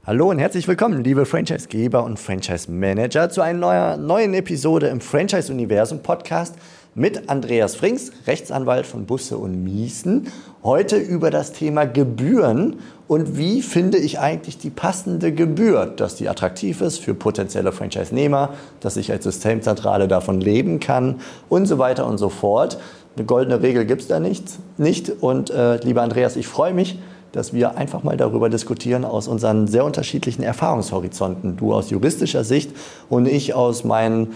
Hallo und herzlich willkommen, liebe Franchisegeber und Franchise-Manager, zu einer neuen Episode im Franchise-Universum-Podcast mit Andreas Frings, Rechtsanwalt von Busse und Miesen. Heute über das Thema Gebühren und wie finde ich eigentlich die passende Gebühr, dass die attraktiv ist für potenzielle Franchise-Nehmer, dass ich als Systemzentrale davon leben kann und so weiter und so fort. Eine goldene Regel gibt es da nicht. Und lieber Andreas, ich freue mich, dass wir einfach mal darüber diskutieren aus unseren sehr unterschiedlichen Erfahrungshorizonten. Du aus juristischer Sicht und ich aus meinen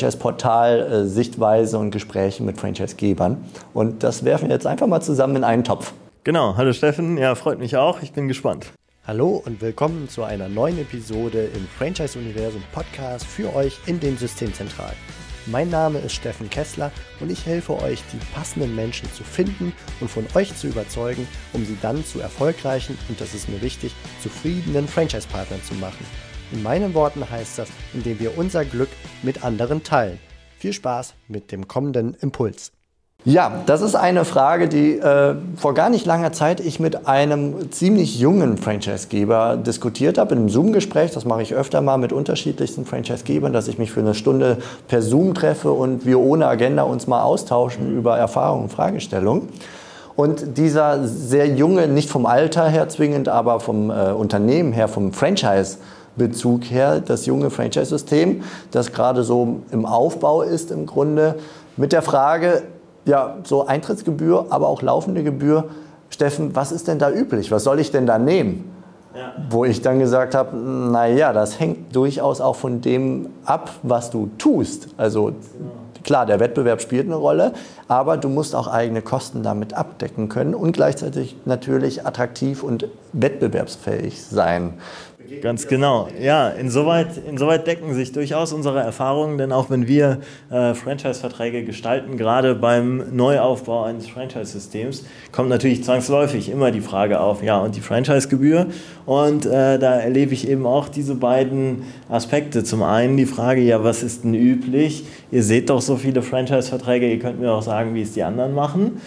Franchise-Portal-Sichtweise und Gesprächen mit Franchise-Gebern. Und das werfen wir jetzt einfach mal zusammen in einen Topf. Genau, hallo Steffen, ja, freut mich auch, ich bin gespannt. Hallo und willkommen zu einer neuen Episode im Franchise-Universum Podcast für euch in den Systemzentralen. Mein Name ist Steffen Kessler und ich helfe euch, die passenden Menschen zu finden und von euch zu überzeugen, um sie dann zu erfolgreichen und, das ist mir wichtig, zufriedenen Franchise-Partnern zu machen. In meinen Worten heißt das, indem wir unser Glück mit anderen teilen. Viel Spaß mit dem kommenden Impuls. Ja, das ist eine Frage, die vor gar nicht langer Zeit ich mit einem ziemlich jungen Franchisegeber diskutiert habe, in einem Zoom-Gespräch. Das mache ich öfter mal mit unterschiedlichsten Franchisegebern, dass ich mich für eine Stunde per Zoom treffe und wir ohne Agenda uns mal austauschen über Erfahrungen und Fragestellungen. Und dieser sehr junge, nicht vom Alter her zwingend, aber vom Unternehmen her, vom Franchise-Bezug her, das junge Franchise-System, das gerade so im Aufbau ist im Grunde, mit der Frage, ja, so Eintrittsgebühr, aber auch laufende Gebühr. Steffen, was ist denn da üblich? Was soll ich denn da nehmen? Ja. Wo ich dann gesagt habe, naja, das hängt durchaus auch von dem ab, was du tust. Also klar, der Wettbewerb spielt eine Rolle, aber du musst auch eigene Kosten damit abdecken können und gleichzeitig natürlich attraktiv und wettbewerbsfähig sein. Ganz genau. Ja, insoweit decken sich durchaus unsere Erfahrungen, denn auch wenn wir Franchise-Verträge gestalten, gerade beim Neuaufbau eines Franchise-Systems, kommt natürlich zwangsläufig immer die Frage auf, ja, und die Franchise-Gebühr. Und da erlebe ich eben auch diese beiden Aspekte. Zum einen die Frage, ja, was ist denn üblich? Ihr seht doch so viele Franchise-Verträge, ihr könnt mir auch sagen, wie es die anderen machen.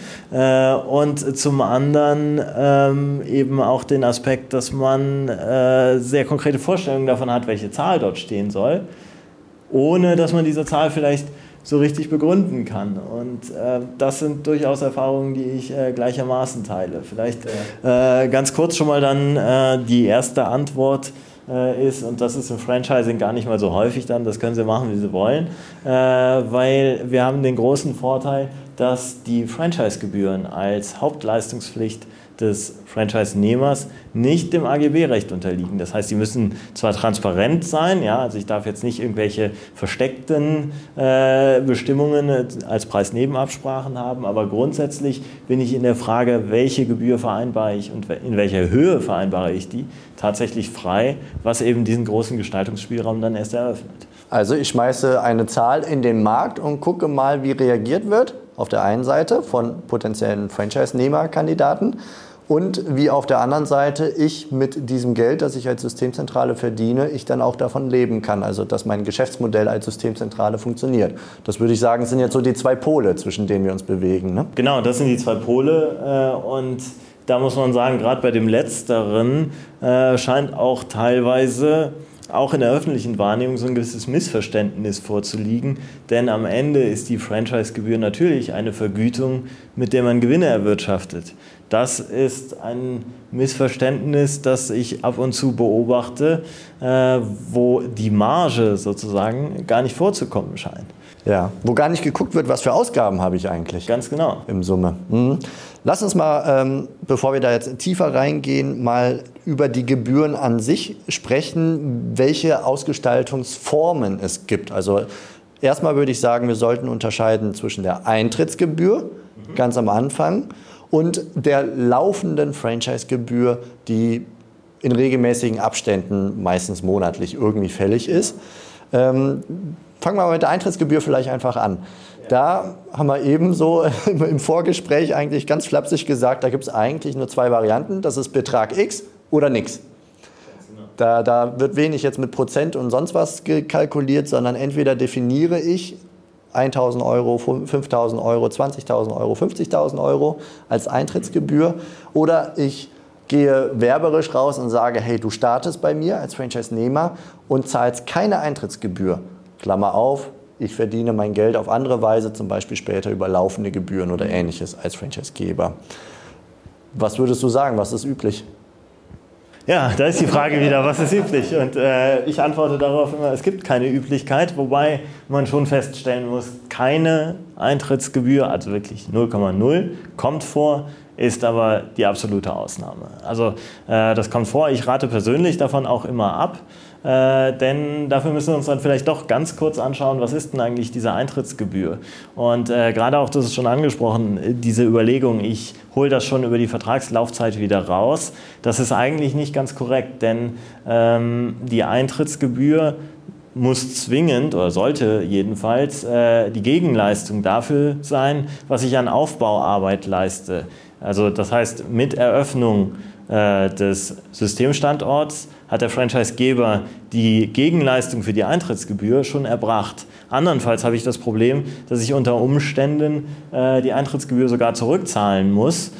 Und zum anderen eben auch den Aspekt, dass man sehr konkrete Vorstellungen davon hat, welche Zahl dort stehen soll, ohne dass man diese Zahl vielleicht so richtig begründen kann. Und das sind durchaus Erfahrungen, die ich gleichermaßen teile. Vielleicht ganz kurz schon mal dann die erste Antwort ist, und das ist im Franchising gar nicht mal so häufig dann, das können Sie machen, wie Sie wollen, weil wir haben den großen Vorteil, dass die Franchise-Gebühren als Hauptleistungspflicht des Franchise-Nehmers nicht dem AGB-Recht unterliegen. Das heißt, sie müssen zwar transparent sein, ja, also ich darf jetzt nicht irgendwelche versteckten Bestimmungen als Preisnebenabsprachen haben, aber grundsätzlich bin ich in der Frage, welche Gebühr vereinbare ich und in welcher Höhe vereinbare ich die, tatsächlich frei, was eben diesen großen Gestaltungsspielraum dann erst eröffnet. Also ich schmeiße eine Zahl in den Markt und gucke mal, wie reagiert wird. Auf der einen Seite von potenziellen Franchise-Nehmer-Kandidaten und wie auf der anderen Seite ich mit diesem Geld, das ich als Systemzentrale verdiene, ich dann auch davon leben kann. Also dass mein Geschäftsmodell als Systemzentrale funktioniert. Das würde ich sagen, sind jetzt so die zwei Pole, zwischen denen wir uns bewegen. Ne? Genau, das sind die zwei Pole und da muss man sagen, gerade bei dem Letzteren scheint auch teilweise auch in der öffentlichen Wahrnehmung so ein gewisses Missverständnis vorzuliegen, denn am Ende ist die Franchise-Gebühr natürlich eine Vergütung, mit der man Gewinne erwirtschaftet. Das ist ein Missverständnis, das ich ab und zu beobachte, wo die Marge sozusagen gar nicht vorzukommen scheint. Ja, wo gar nicht geguckt wird, was für Ausgaben habe ich eigentlich. Ganz genau. Im Summe. Lass uns mal, bevor wir da jetzt tiefer reingehen, mal über die Gebühren an sich sprechen, welche Ausgestaltungsformen es gibt. Also erstmal würde ich sagen, wir sollten unterscheiden zwischen der Eintrittsgebühr, ganz am Anfang, und der laufenden Franchise-Gebühr, die in regelmäßigen Abständen, meistens monatlich, irgendwie fällig ist. Fangen wir mal mit der Eintrittsgebühr vielleicht einfach an. Da haben wir eben so im Vorgespräch eigentlich ganz flapsig gesagt, da gibt es eigentlich nur zwei Varianten. Das ist Betrag X oder nix. Da wird wenig jetzt mit Prozent und sonst was kalkuliert, sondern entweder definiere ich 1.000 Euro, 5.000 Euro, 20.000 Euro, 50.000 Euro als Eintrittsgebühr oder ich gehe werberisch raus und sage, hey, du startest bei mir als Franchise-Nehmer und zahlst keine Eintrittsgebühr. Klammer auf, ich verdiene mein Geld auf andere Weise, zum Beispiel später über laufende Gebühren oder Ähnliches als Franchise-Geber. Was würdest du sagen, was ist üblich? Ja, da ist die Frage wieder, was ist üblich? Und ich antworte darauf immer, es gibt keine Üblichkeit, wobei man schon feststellen muss, keine Eintrittsgebühr, also wirklich 0,0, kommt vor, ist aber die absolute Ausnahme. Also das kommt vor, ich rate persönlich davon auch immer ab, denn dafür müssen wir uns dann vielleicht doch ganz kurz anschauen, was ist denn eigentlich diese Eintrittsgebühr? Und gerade auch, das ist schon angesprochen, diese Überlegung, ich hole das schon über die Vertragslaufzeit wieder raus, das ist eigentlich nicht ganz korrekt, denn die Eintrittsgebühr muss zwingend oder sollte jedenfalls die Gegenleistung dafür sein, was ich an Aufbauarbeit leiste. Also das heißt, mit Eröffnung des Systemstandorts hat der Franchisegeber die Gegenleistung für die Eintrittsgebühr schon erbracht. Andernfalls habe ich das Problem, dass ich unter Umständen die Eintrittsgebühr sogar zurückzahlen muss,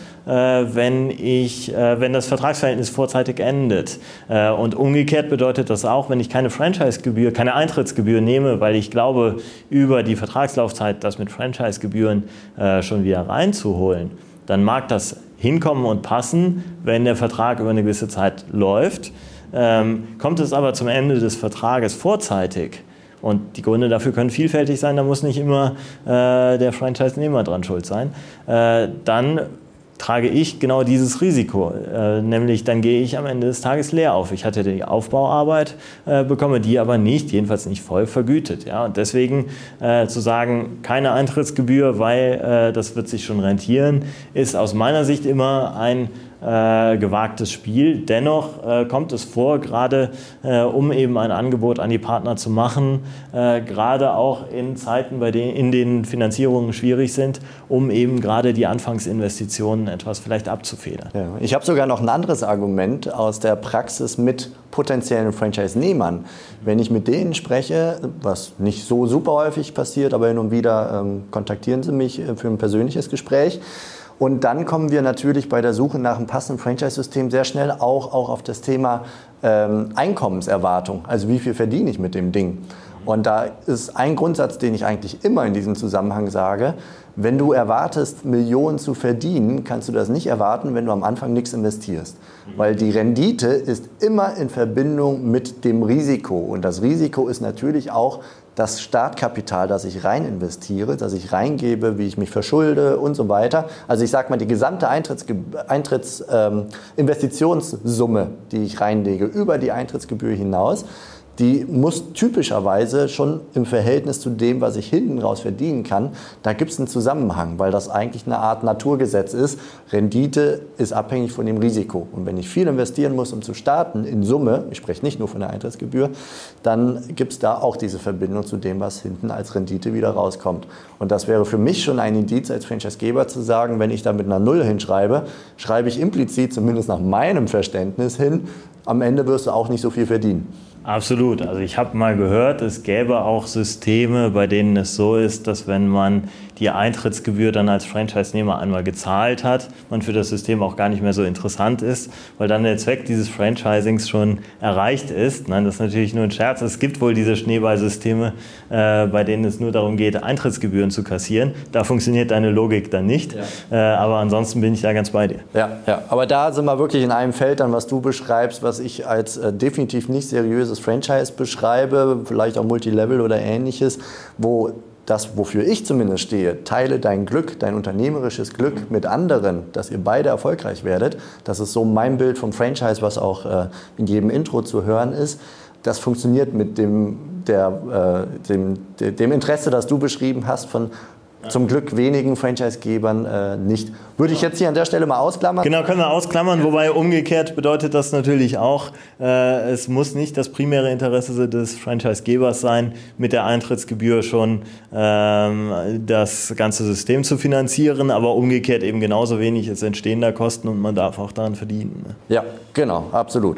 wenn das Vertragsverhältnis vorzeitig endet. Und umgekehrt bedeutet das auch, wenn ich keine Franchisegebühr, keine Eintrittsgebühr nehme, weil ich glaube, über die Vertragslaufzeit das mit Franchisegebühren schon wieder reinzuholen, dann mag das hinkommen und passen, wenn der Vertrag über eine gewisse Zeit läuft. Kommt es aber zum Ende des Vertrages vorzeitig, und die Gründe dafür können vielfältig sein, da muss nicht immer der Franchise-Nehmer dran schuld sein, dann trage ich genau dieses Risiko, nämlich dann gehe ich am Ende des Tages leer auf. Ich hatte die Aufbauarbeit, bekomme die aber nicht, jedenfalls nicht voll vergütet. Ja? Und deswegen zu sagen, keine Eintrittsgebühr, weil das wird sich schon rentieren, ist aus meiner Sicht immer ein gewagtes Spiel. Dennoch kommt es vor, gerade um eben ein Angebot an die Partner zu machen, gerade auch in Zeiten, in denen Finanzierungen schwierig sind, um eben gerade die Anfangsinvestitionen etwas vielleicht abzufedern. Ja, ich habe sogar noch ein anderes Argument aus der Praxis mit potenziellen Franchise-Nehmern. Wenn ich mit denen spreche, was nicht so super häufig passiert, aber hin und wieder kontaktieren sie mich für ein persönliches Gespräch. Und dann kommen wir natürlich bei der Suche nach einem passenden Franchise-System sehr schnell auch auf das Thema Einkommenserwartung. Also wie viel verdiene ich mit dem Ding? Und da ist ein Grundsatz, den ich eigentlich immer in diesem Zusammenhang sage: Wenn du erwartest, Millionen zu verdienen, kannst du das nicht erwarten, wenn du am Anfang nichts investierst. Weil die Rendite ist immer in Verbindung mit dem Risiko. Und das Risiko ist natürlich auch das Startkapital, das ich rein investiere, das ich reingebe, wie ich mich verschulde und so weiter. Also ich sage mal, die gesamte Investitionssumme, die ich reinlege, über die Eintrittsgebühr hinaus, die muss typischerweise schon im Verhältnis zu dem, was ich hinten raus verdienen kann, da gibt es einen Zusammenhang, weil das eigentlich eine Art Naturgesetz ist. Rendite ist abhängig von dem Risiko. Und wenn ich viel investieren muss, um zu starten, in Summe, ich spreche nicht nur von der Eintrittsgebühr, dann gibt es da auch diese Verbindung zu dem, was hinten als Rendite wieder rauskommt. Und das wäre für mich schon ein Indiz als Franchisegeber zu sagen, wenn ich da mit einer Null hinschreibe, schreibe ich implizit, zumindest nach meinem Verständnis hin, am Ende wirst du auch nicht so viel verdienen. Absolut. Also ich habe mal gehört, es gäbe auch Systeme, bei denen es so ist, dass wenn man die Eintrittsgebühr dann als Franchise-Nehmer einmal gezahlt hat, man für das System auch gar nicht mehr so interessant ist, weil dann der Zweck dieses Franchisings schon erreicht ist. Nein, das ist natürlich nur ein Scherz. Es gibt wohl diese Schneeballsysteme, bei denen es nur darum geht, Eintrittsgebühren zu kassieren. Da funktioniert deine Logik dann nicht. Ja. Aber ansonsten bin ich da ganz bei dir. Ja, aber da sind wir wirklich in einem Feld dann, was du beschreibst, was ich als definitiv nicht seriöses Franchise beschreibe, vielleicht auch Multilevel oder Ähnliches, wo das, wofür ich zumindest stehe, teile dein Glück, dein unternehmerisches Glück mit anderen, dass ihr beide erfolgreich werdet. Das ist so mein Bild vom Franchise, was auch in jedem Intro zu hören ist. Das funktioniert mit dem Interesse, das du beschrieben hast, von zum Glück wenigen Franchise-Gebern nicht. Würde ich jetzt hier an der Stelle mal ausklammern? Genau, können wir ausklammern, wobei umgekehrt bedeutet das natürlich auch, es muss nicht das primäre Interesse des Franchise-Gebers sein, mit der Eintrittsgebühr schon das ganze System zu finanzieren, aber umgekehrt eben genauso wenig, es entstehen da Kosten und man darf auch daran verdienen. Ja, genau, absolut.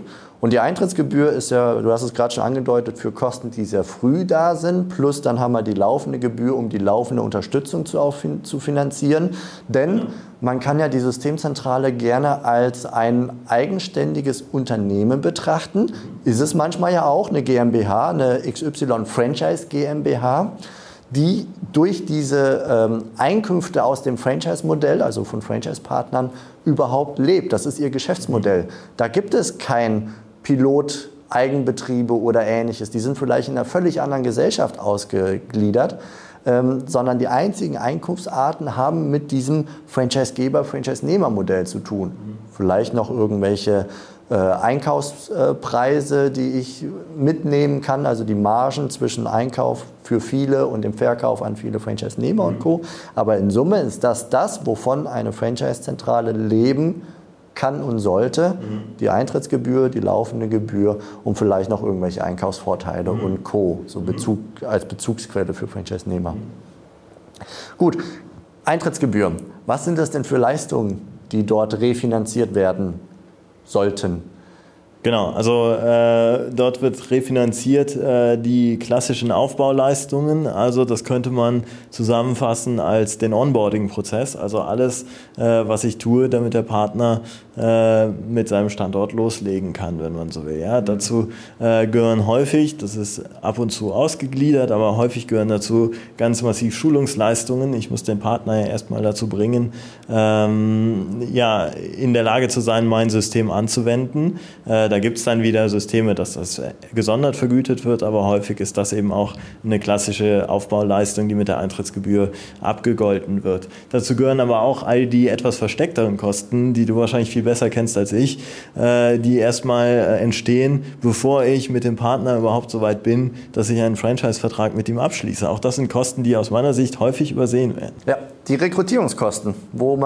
Und die Eintrittsgebühr ist ja, du hast es gerade schon angedeutet, für Kosten, die sehr früh da sind. Plus dann haben wir die laufende Gebühr, um die laufende Unterstützung zu finanzieren. Denn man kann ja die Systemzentrale gerne als ein eigenständiges Unternehmen betrachten. Ist es manchmal ja auch eine GmbH, eine XY Franchise GmbH, die durch diese Einkünfte aus dem Franchise-Modell, also von Franchise-Partnern, überhaupt lebt. Das ist ihr Geschäftsmodell. Da gibt es kein Pilot-Eigenbetriebe oder Ähnliches. Die sind vielleicht in einer völlig anderen Gesellschaft ausgegliedert, sondern die einzigen Einkunftsarten haben mit diesem Franchise-Geber-, Franchise-Nehmer-Modell zu tun. Vielleicht noch irgendwelche Einkaufspreise, die ich mitnehmen kann, also die Margen zwischen Einkauf für viele und dem Verkauf an viele Franchise-Nehmer und Co. Aber in Summe ist das, wovon eine Franchise-Zentrale leben kann und sollte. Die Eintrittsgebühr, die laufende Gebühr und vielleicht noch irgendwelche Einkaufsvorteile und Co. So als Bezugsquelle für Franchise-Nehmer. Gut, Eintrittsgebühr. Was sind das denn für Leistungen, die dort refinanziert werden sollten? Genau, also dort wird refinanziert die klassischen Aufbauleistungen, also das könnte man zusammenfassen als den Onboarding-Prozess, also alles, was ich tue, damit der Partner mit seinem Standort loslegen kann, wenn man so will. Ja, dazu gehören häufig, das ist ab und zu ausgegliedert, aber häufig gehören dazu ganz massiv Schulungsleistungen. Ich muss den Partner ja erstmal dazu bringen, ja, in der Lage zu sein, mein System anzuwenden. Da gibt es dann wieder Systeme, dass das gesondert vergütet wird, aber häufig ist das eben auch eine klassische Aufbauleistung, die mit der Eintrittsgebühr abgegolten wird. Dazu gehören aber auch all die etwas versteckteren Kosten, die du wahrscheinlich viel besser kennst als ich, die erstmal entstehen, bevor ich mit dem Partner überhaupt so weit bin, dass ich einen Franchise-Vertrag mit ihm abschließe. Auch das sind Kosten, die aus meiner Sicht häufig übersehen werden. Ja, die Rekrutierungskosten,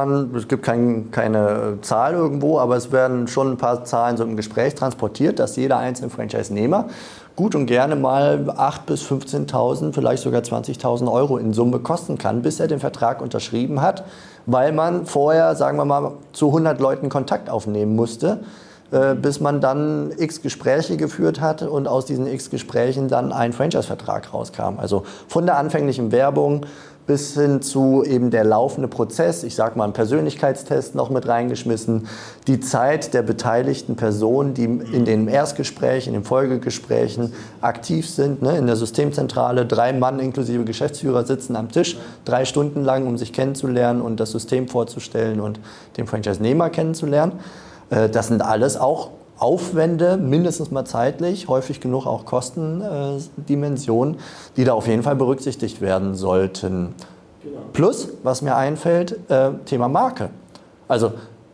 es gibt keine Zahl irgendwo, aber es werden schon ein paar Zahlen so im Gespräch transportiert, dass jeder einzelne Franchise-Nehmer gut und gerne mal 8.000 bis 15.000, vielleicht sogar 20.000 Euro in Summe kosten kann, bis er den Vertrag unterschrieben hat, weil man vorher, sagen wir mal, zu 100 Leuten Kontakt aufnehmen musste, bis man dann x Gespräche geführt hat und aus diesen x Gesprächen dann ein Franchise-Vertrag rauskam. Also von der anfänglichen Werbung bis hin zu eben der laufende Prozess, ich sage mal einen Persönlichkeitstest noch mit reingeschmissen, die Zeit der beteiligten Personen, die in den Erstgesprächen, in den Folgegesprächen aktiv sind, ne, in der Systemzentrale, 3 Mann inklusive Geschäftsführer sitzen am Tisch, 3 Stunden lang, um sich kennenzulernen und das System vorzustellen und den Franchise-Nehmer kennenzulernen. Das sind alles auch Aufwände, mindestens mal zeitlich, häufig genug auch Kostendimensionen, die da auf jeden Fall berücksichtigt werden sollten. Genau. Plus, was mir einfällt, Thema Marke. Also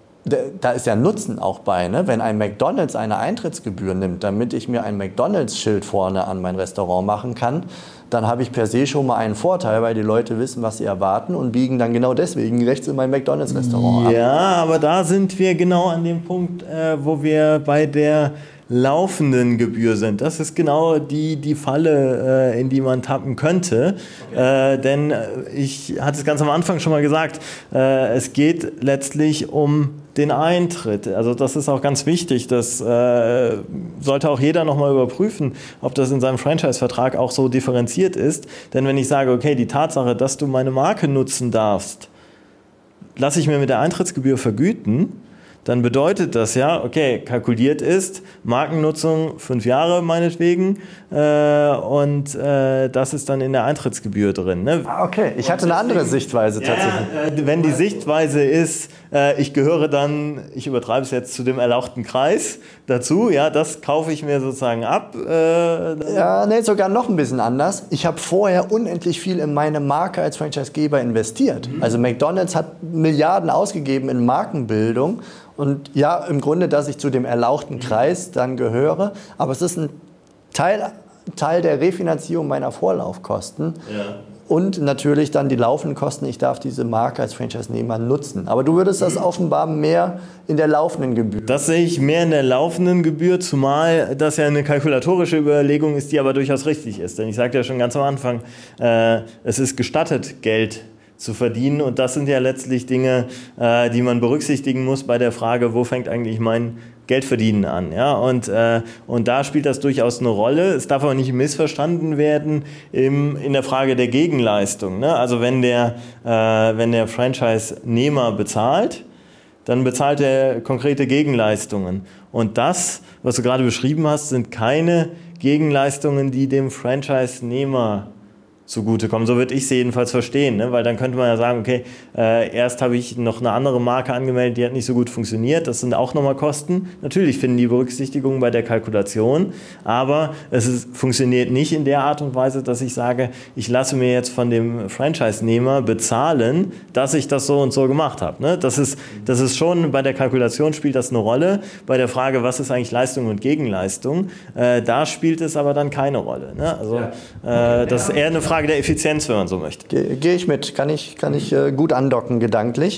da ist ja Nutzen auch bei, ne? Wenn ein McDonald's eine Eintrittsgebühr nimmt, damit ich mir ein McDonald's-Schild vorne an mein Restaurant machen kann, dann habe ich per se schon mal einen Vorteil, weil die Leute wissen, was sie erwarten und biegen dann genau deswegen rechts in mein McDonald's-Restaurant ab. Ja, aber da sind wir genau an dem Punkt, wo wir bei der laufenden Gebühr sind. Das ist genau die Falle, in die man tappen könnte. Okay. Denn ich hatte es ganz am Anfang schon mal gesagt, es geht letztlich um den Eintritt. Also das ist auch ganz wichtig. Das sollte auch jeder nochmal überprüfen, ob das in seinem Franchise-Vertrag auch so differenziert ist. Denn wenn ich sage, okay, die Tatsache, dass du meine Marke nutzen darfst, lasse ich mir mit der Eintrittsgebühr vergüten, dann bedeutet das ja, okay, kalkuliert ist, Markennutzung 5 Jahre meinetwegen und das ist dann in der Eintrittsgebühr drin. Ne? Okay, ich hatte eine andere Sichtweise tatsächlich. Wenn die Sichtweise ist, ich gehöre dann, ich übertreibe es jetzt, zu dem erlauchten Kreis dazu, ja, das kaufe ich mir sozusagen ab. Ja, nee, sogar noch ein bisschen anders. Ich habe vorher unendlich viel in meine Marke als Franchisegeber investiert. Also McDonald's hat Milliarden ausgegeben in Markenbildung. Und ja, im Grunde, dass ich zu dem erlauchten Kreis dann gehöre. Aber es ist ein Teil der Refinanzierung meiner Vorlaufkosten. Ja. Und natürlich dann die laufenden Kosten. Ich darf diese Marke als Franchise-Nehmer nutzen. Aber du würdest das offenbar mehr in der laufenden Gebühr. Das sehe ich mehr in der laufenden Gebühr, zumal das ja eine kalkulatorische Überlegung ist, die aber durchaus richtig ist. Denn ich sagte ja schon ganz am Anfang, es ist gestattet, Geld zu verdienen. Und das sind ja letztlich Dinge, die man berücksichtigen muss bei der Frage, wo fängt eigentlich mein Geld verdienen an. Ja? Und da spielt das durchaus eine Rolle. Es darf aber nicht missverstanden werden in der Frage der Gegenleistung. Ne? Also wenn der Franchise-Nehmer bezahlt, dann bezahlt er konkrete Gegenleistungen. Und das, was du gerade beschrieben hast, sind keine Gegenleistungen, die dem Franchise-Nehmer zugutekommen. So würde ich sie jedenfalls verstehen, ne? Weil dann könnte man ja sagen, okay, erst habe ich noch eine andere Marke angemeldet, die hat nicht so gut funktioniert, das sind auch nochmal Kosten. Natürlich finden die Berücksichtigung bei der Kalkulation, aber funktioniert nicht in der Art und Weise, dass ich sage, ich lasse mir jetzt von dem Franchise-Nehmer bezahlen, dass ich das so und so gemacht habe. Ne? Das ist schon, bei der Kalkulation spielt das eine Rolle. Bei der Frage, was ist eigentlich Leistung und Gegenleistung, da spielt es aber dann keine Rolle. Ne? Also das ist eher eine Frage der Effizienz, wenn man so möchte. Gehe ich mit, kann ich gut andocken gedanklich.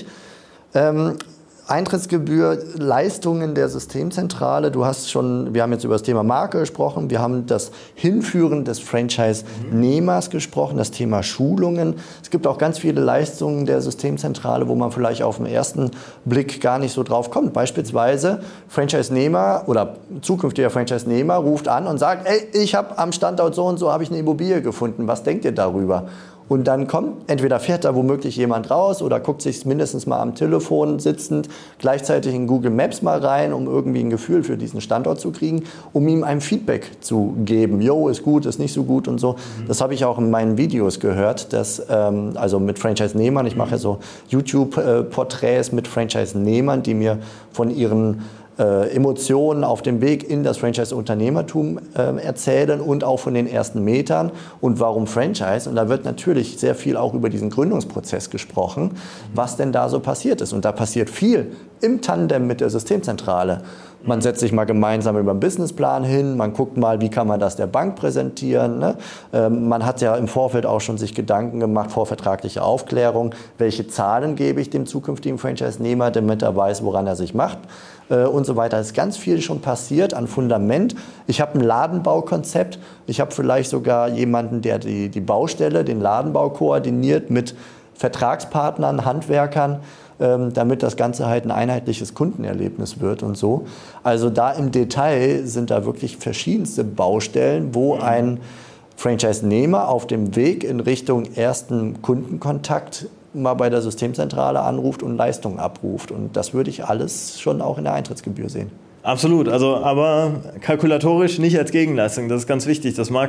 Eintrittsgebühr, Leistungen der Systemzentrale. Wir haben jetzt über das Thema Marke gesprochen, wir haben das Hinführen des Franchise-Nehmers gesprochen, das Thema Schulungen. Es gibt auch ganz viele Leistungen der Systemzentrale, wo man vielleicht auf den ersten Blick gar nicht so drauf kommt. Beispielsweise Franchise-Nehmer oder zukünftiger Franchise-Nehmer ruft an und sagt, ey, ich habe am Standort so und so habe ich eine Immobilie gefunden, was denkt ihr darüber? Und dann entweder fährt da womöglich jemand raus oder guckt sich mindestens mal am Telefon sitzend gleichzeitig in Google Maps mal rein, um irgendwie ein Gefühl für diesen Standort zu kriegen, um ihm ein Feedback zu geben. Jo, ist gut, ist nicht so gut und so. Das habe ich auch in meinen Videos gehört, also mit Franchise-Nehmern. Ich mache ja so YouTube-Porträts mit Franchise-Nehmern, die mir von ihren Emotionen auf dem Weg in das Franchise-Unternehmertum erzählen und auch von den ersten Metern und warum Franchise. Und da wird natürlich sehr viel auch über diesen Gründungsprozess gesprochen, was denn da so passiert ist. Und da passiert viel im Tandem mit der Systemzentrale. Man setzt sich mal gemeinsam über einen Businessplan hin, man guckt mal, wie kann man das der Bank präsentieren. Ne? Man hat ja im Vorfeld auch schon sich Gedanken gemacht, vorvertragliche Aufklärung, welche Zahlen gebe ich dem zukünftigen Franchise-Nehmer, damit er weiß, woran er sich macht und so weiter. Es ist ganz viel schon passiert an Fundament. Ich habe ein Ladenbaukonzept, ich habe vielleicht sogar jemanden, der die Baustelle, den Ladenbau koordiniert mit Vertragspartnern, Handwerkern, damit das Ganze halt ein einheitliches Kundenerlebnis wird und so. Also da im Detail sind da wirklich verschiedenste Baustellen, wo ein Franchise-Nehmer auf dem Weg in Richtung ersten Kundenkontakt mal bei der Systemzentrale anruft und Leistungen abruft. Und das würde ich alles schon auch in der Eintrittsgebühr sehen. Absolut, aber kalkulatorisch nicht als Gegenleistung, das ist ganz wichtig. Das mag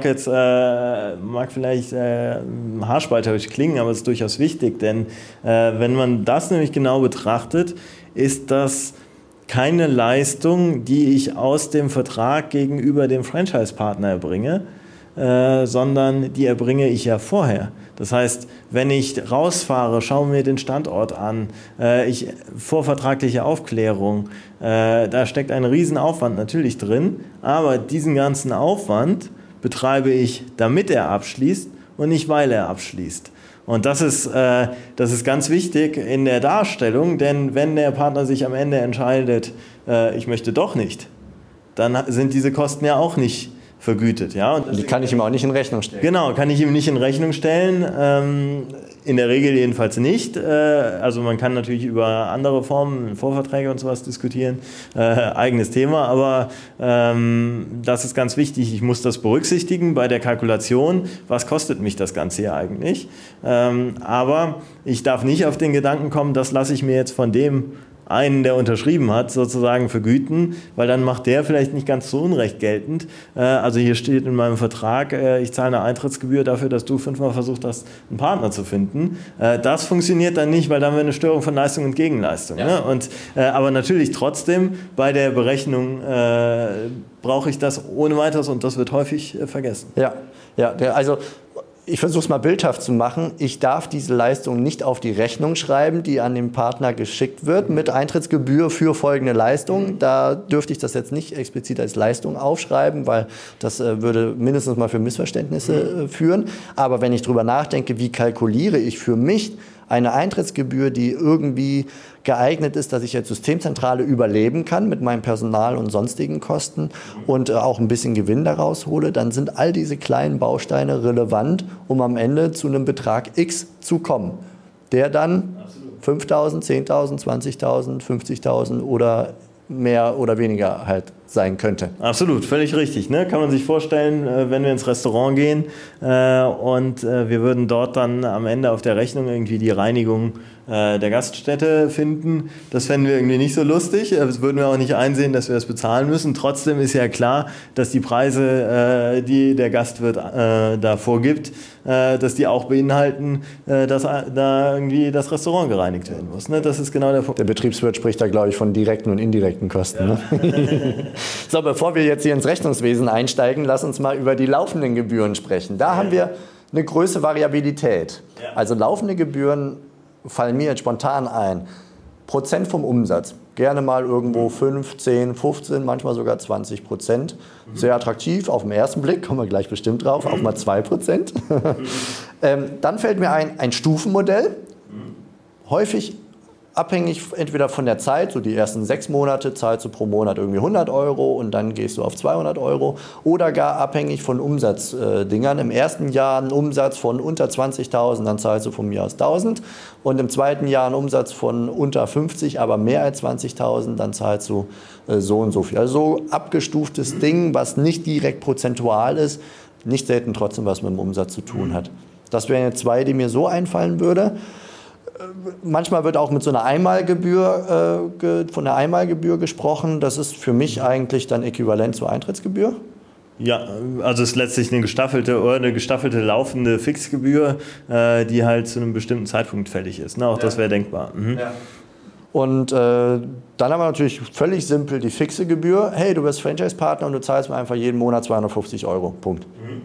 vielleicht haarspalterisch klingen, aber es ist durchaus wichtig, denn wenn man das nämlich genau betrachtet, ist das keine Leistung, die ich aus dem Vertrag gegenüber dem Franchise-Partner erbringe, sondern die erbringe ich ja vorher. Das heißt, wenn ich rausfahre, schaue mir den Standort an, vorvertragliche Aufklärung, da steckt ein Riesenaufwand natürlich drin, aber diesen ganzen Aufwand betreibe ich, damit er abschließt und nicht, weil er abschließt. Und das ist ganz wichtig in der Darstellung, denn wenn der Partner sich am Ende entscheidet, ich möchte doch nicht, dann sind diese Kosten ja auch nicht vergütet. Ja? Und die kann ich ihm auch nicht in Rechnung stellen. Genau, kann ich ihm nicht in Rechnung stellen. In der Regel jedenfalls nicht. Also man kann natürlich über andere Formen, Vorverträge und sowas diskutieren. Eigenes Thema, aber das ist ganz wichtig. Ich muss das berücksichtigen bei der Kalkulation. Was kostet mich das Ganze hier eigentlich? Aber ich darf nicht auf den Gedanken kommen, das lasse ich mir jetzt von dem einen, der unterschrieben hat, sozusagen vergüten, weil dann macht der vielleicht nicht ganz so unrecht geltend. Also hier steht in meinem Vertrag, ich zahle eine Eintrittsgebühr dafür, dass du 5-mal versucht hast, einen Partner zu finden. Das funktioniert dann nicht, weil dann haben wir eine Störung von Leistung und Gegenleistung. Ja. Ne? Aber natürlich trotzdem, bei der Berechnung brauche ich das ohne weiteres und das wird häufig vergessen. Ja, also ich versuche es mal bildhaft zu machen. Ich darf diese Leistung nicht auf die Rechnung schreiben, die an den Partner geschickt wird, mit Eintrittsgebühr für folgende Leistung. Da dürfte ich das jetzt nicht explizit als Leistung aufschreiben, weil das würde mindestens mal für Missverständnisse führen. Aber wenn ich drüber nachdenke, wie kalkuliere ich für mich eine Eintrittsgebühr, die irgendwie geeignet ist, dass ich als Systemzentrale überleben kann mit meinem Personal und sonstigen Kosten und auch ein bisschen Gewinn daraus hole, dann sind all diese kleinen Bausteine relevant, um am Ende zu einem Betrag X zu kommen, der dann 5.000, 10.000, 20.000, 50.000 oder mehr oder weniger halt sein könnte. Absolut, völlig richtig. Ne? Kann man sich vorstellen, wenn wir ins Restaurant gehen und wir würden dort dann am Ende auf der Rechnung irgendwie die Reinigung der Gaststätte finden. Das fänden wir irgendwie nicht so lustig. Das würden wir auch nicht einsehen, dass wir das bezahlen müssen. Trotzdem ist ja klar, dass die Preise, die der Gastwirt da vorgibt, dass die auch beinhalten, dass da irgendwie das Restaurant gereinigt werden muss. Ne? Das ist genau der Punkt. Der Betriebswirt spricht da, glaube ich, von direkten und indirekten Kosten. Ja. Ne? So, bevor wir jetzt hier ins Rechnungswesen einsteigen, lass uns mal über die laufenden Gebühren sprechen. Da haben wir eine größere Variabilität. Ja. Also laufende Gebühren fallen mir jetzt spontan ein. Prozent vom Umsatz. Gerne mal irgendwo 5, 10, 15, manchmal sogar 20%. Sehr attraktiv, auf den ersten Blick, kommen wir gleich bestimmt drauf, auch mal 2%. Dann fällt mir ein Stufenmodell. Häufig abhängig entweder von der Zeit, so die ersten 6 Monate zahlst du pro Monat irgendwie 100 Euro und dann gehst du auf 200 Euro. Oder gar abhängig von Umsatzdingern. Im ersten Jahr einen Umsatz von unter 20.000, dann zahlst du von mir aus 1.000. Und im zweiten Jahr einen Umsatz von unter 50, aber mehr als 20.000, dann zahlst du so und so viel. Also so abgestuftes Ding, was nicht direkt prozentual ist, nicht selten trotzdem was mit dem Umsatz zu tun hat. Das wären jetzt 2, die mir so einfallen würde. Manchmal wird auch mit so einer Einmalgebühr, von der Einmalgebühr gesprochen. Das ist für mich eigentlich dann äquivalent zur Eintrittsgebühr. Ja, also es ist letztlich eine gestaffelte laufende Fixgebühr, die halt zu einem bestimmten Zeitpunkt fällig ist. Ne? Auch das wäre denkbar. Mhm. Ja. Und dann haben wir natürlich völlig simpel die fixe Gebühr. Hey, du bist Franchise-Partner und du zahlst mir einfach jeden Monat 250 Euro. Punkt. Mhm.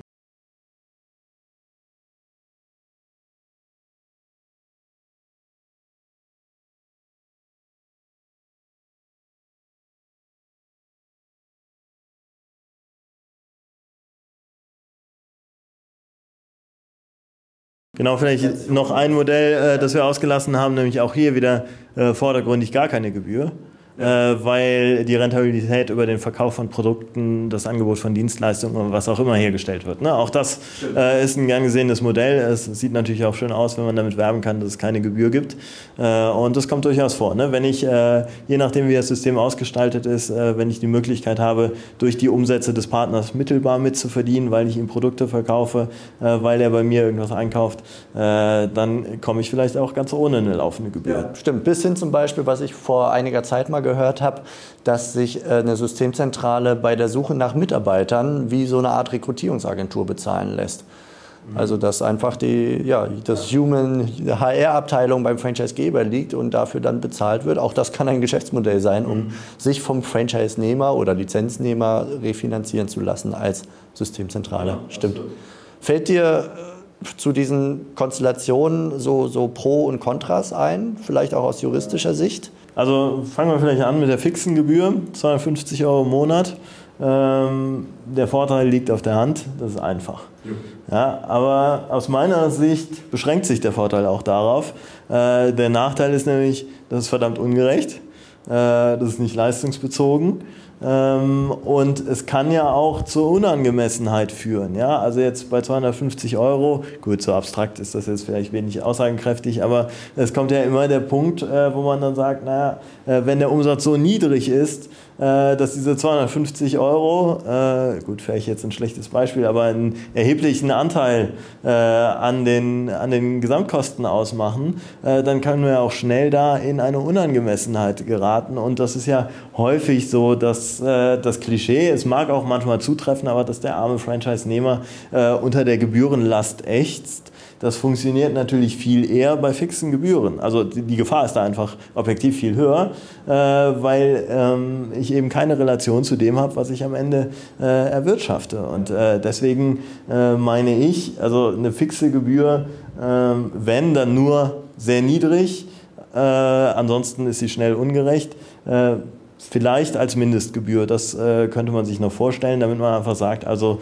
Genau, vielleicht noch ein Modell, das wir ausgelassen haben, nämlich auch hier wieder vordergründig gar keine Gebühr. Weil die Rentabilität über den Verkauf von Produkten, das Angebot von Dienstleistungen und was auch immer hergestellt wird. Ne? Auch das ist ein gern gesehenes Modell. Es sieht natürlich auch schön aus, wenn man damit werben kann, dass es keine Gebühr gibt. Und das kommt durchaus vor. Ne? Wenn ich, je nachdem wie das System ausgestaltet ist, wenn ich die Möglichkeit habe, durch die Umsätze des Partners mittelbar mitzuverdienen, weil ich ihm Produkte verkaufe, weil er bei mir irgendwas einkauft, dann komme ich vielleicht auch ganz ohne eine laufende Gebühr. Ja, stimmt. Bis hin zum Beispiel, was ich vor einiger Zeit mal gehört habe, dass sich eine Systemzentrale bei der Suche nach Mitarbeitern wie so eine Art Rekrutierungsagentur bezahlen lässt. Also dass einfach das HR-Abteilung beim Franchisegeber liegt und dafür dann bezahlt wird. Auch das kann ein Geschäftsmodell sein, um sich vom Franchise-Nehmer oder Lizenznehmer refinanzieren zu lassen als Systemzentrale. Ja, stimmt. Fällt dir zu diesen Konstellationen so Pro und Kontras ein, vielleicht auch aus juristischer Sicht? Also fangen wir vielleicht an mit der fixen Gebühr, 250 Euro im Monat. Der Vorteil liegt auf der Hand, das ist einfach. Ja, aber aus meiner Sicht beschränkt sich der Vorteil auch darauf. Der Nachteil ist nämlich, das ist verdammt ungerecht, das ist nicht leistungsbezogen. Und es kann ja auch zur Unangemessenheit führen. Ja? Also jetzt bei 250 Euro, gut, so abstrakt ist das jetzt vielleicht wenig aussagenkräftig, aber es kommt ja immer der Punkt, wo man dann sagt, naja, wenn der Umsatz so niedrig ist, dass diese 250 Euro, gut, vielleicht jetzt ein schlechtes Beispiel, aber einen erheblichen Anteil an den Gesamtkosten ausmachen, dann können wir auch schnell da in eine Unangemessenheit geraten. Und das ist ja häufig so, dass das Klischee, es mag auch manchmal zutreffen, aber dass der arme Franchise-Nehmer unter der Gebührenlast ächzt. Das funktioniert natürlich viel eher bei fixen Gebühren. Also die Gefahr ist da einfach objektiv viel höher, weil ich eben keine Relation zu dem habe, was ich am Ende erwirtschafte. Und deswegen meine ich, also eine fixe Gebühr, wenn, dann nur sehr niedrig, ansonsten ist sie schnell ungerecht. Vielleicht als Mindestgebühr, das könnte man sich noch vorstellen, damit man einfach sagt, also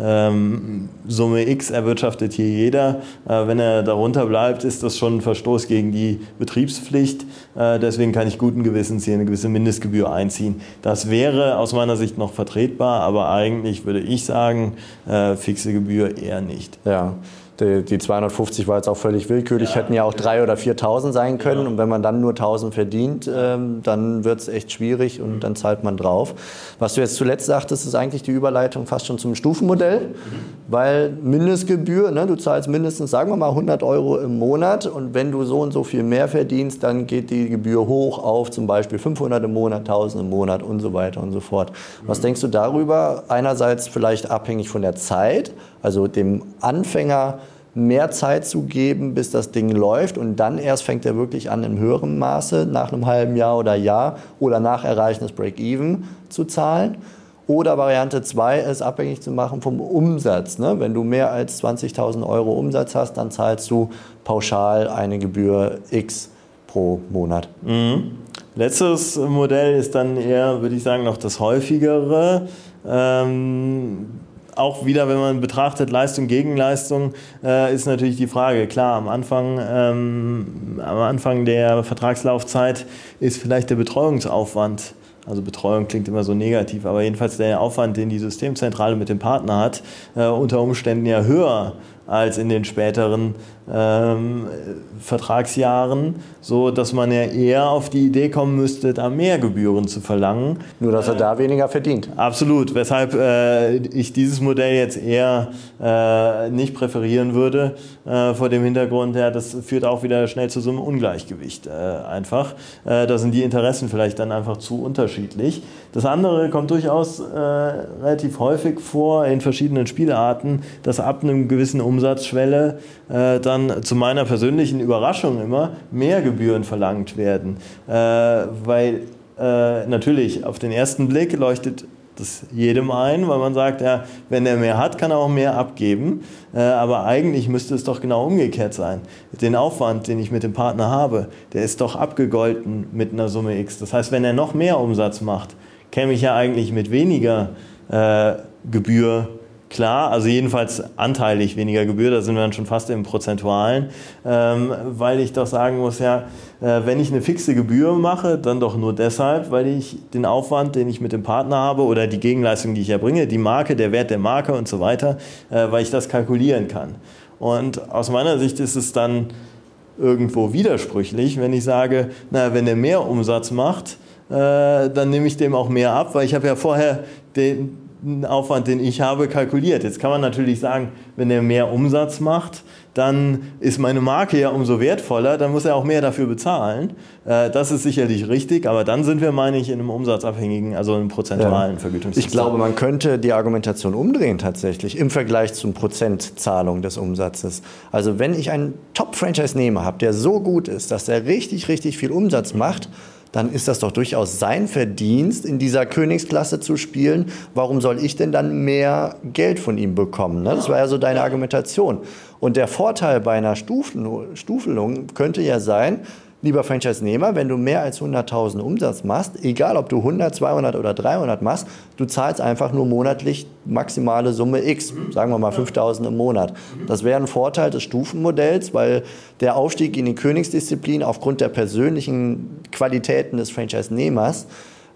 Summe X erwirtschaftet hier jeder. Wenn er darunter bleibt, ist das schon ein Verstoß gegen die Betriebspflicht. Deswegen kann ich guten Gewissens hier eine gewisse Mindestgebühr einziehen. Das wäre aus meiner Sicht noch vertretbar, aber eigentlich würde ich sagen, fixe Gebühr eher nicht. Ja. Die 250 war jetzt auch völlig willkürlich, hätten ja auch 3.000 oder 4.000 sein können. Ja. Und wenn man dann nur 1.000 verdient, dann wird es echt schwierig und dann zahlt man drauf. Was du jetzt zuletzt sagtest, ist eigentlich die Überleitung fast schon zum Stufenmodell, weil Mindestgebühr, ne, du zahlst mindestens, sagen wir mal, 100 € im Monat und wenn du so und so viel mehr verdienst, dann geht die Gebühr hoch auf zum Beispiel 500 im Monat, 1.000 im Monat und so weiter und so fort. Was denkst du darüber? Einerseits vielleicht abhängig von der Zeit, also dem Anfänger mehr Zeit zu geben, bis das Ding läuft und dann erst fängt er wirklich an, in höherem Maße nach einem halben Jahr oder nach Erreichen des Break-Even zu zahlen. Oder Variante 2 ist abhängig zu machen vom Umsatz. Ne? Wenn du mehr als 20.000 € Umsatz hast, dann zahlst du pauschal eine Gebühr X pro Monat. Letztes Modell ist dann eher, würde ich sagen, noch das häufigere. Auch wieder, wenn man betrachtet, Leistung gegen Leistung, ist natürlich die Frage, klar, am Anfang der Vertragslaufzeit ist vielleicht der Betreuungsaufwand, also Betreuung klingt immer so negativ, aber jedenfalls der Aufwand, den die Systemzentrale mit dem Partner hat, unter Umständen ja höher als in den späteren Vertragsjahren, so dass man ja eher auf die Idee kommen müsste, da mehr Gebühren zu verlangen. Nur, dass er da weniger verdient. Absolut, weshalb ich dieses Modell jetzt eher nicht präferieren würde, vor dem Hintergrund, ja, das führt auch wieder schnell zu so einem Ungleichgewicht einfach. Da sind die Interessen vielleicht dann einfach zu unterschiedlich. Das andere kommt durchaus relativ häufig vor in verschiedenen Spielarten, dass ab einem gewissen Umsatzschwelle dann zu meiner persönlichen Überraschung immer mehr Gebühren verlangt werden. Weil natürlich auf den ersten Blick leuchtet das jedem ein, weil man sagt, ja, wenn er mehr hat, kann er auch mehr abgeben. Aber eigentlich müsste es doch genau umgekehrt sein. Den Aufwand, den ich mit dem Partner habe, der ist doch abgegolten mit einer Summe X. Das heißt, wenn er noch mehr Umsatz macht, käme ich ja eigentlich mit weniger Gebühr klar, also jedenfalls anteilig weniger Gebühr, da sind wir dann schon fast im Prozentualen, weil ich doch sagen muss, ja, wenn ich eine fixe Gebühr mache, dann doch nur deshalb, weil ich den Aufwand, den ich mit dem Partner habe oder die Gegenleistung, die ich erbringe, die Marke, der Wert der Marke und so weiter, weil ich das kalkulieren kann. Und aus meiner Sicht ist es dann irgendwo widersprüchlich, wenn ich sage, na, wenn er mehr Umsatz macht, dann nehme ich dem auch mehr ab, weil ich habe ja vorher den Aufwand, den ich habe, kalkuliert. Jetzt kann man natürlich sagen, wenn er mehr Umsatz macht, dann ist meine Marke ja umso wertvoller, dann muss er auch mehr dafür bezahlen. Das ist sicherlich richtig, aber dann sind wir, meine ich, in einem umsatzabhängigen, also einem prozentualen Vergütungssystem. Ich glaube, man könnte die Argumentation umdrehen tatsächlich im Vergleich zum Prozentzahlung des Umsatzes. Also wenn ich einen Top-Franchise-Nehmer habe, der so gut ist, dass er richtig, richtig viel Umsatz macht, dann ist das doch durchaus sein Verdienst, in dieser Königsklasse zu spielen. Warum soll ich denn dann mehr Geld von ihm bekommen? Ne? Das war ja so deine Argumentation. Und der Vorteil bei einer Stuffelung könnte ja sein, lieber Franchise-Nehmer, wenn du mehr als 100.000 Umsatz machst, egal ob du 100, 200 oder 300 machst, du zahlst einfach nur monatlich maximale Summe X, sagen wir mal 5.000 im Monat. Das wäre ein Vorteil des Stufenmodells, weil der Aufstieg in die Königsdisziplin aufgrund der persönlichen Qualitäten des Franchise-Nehmers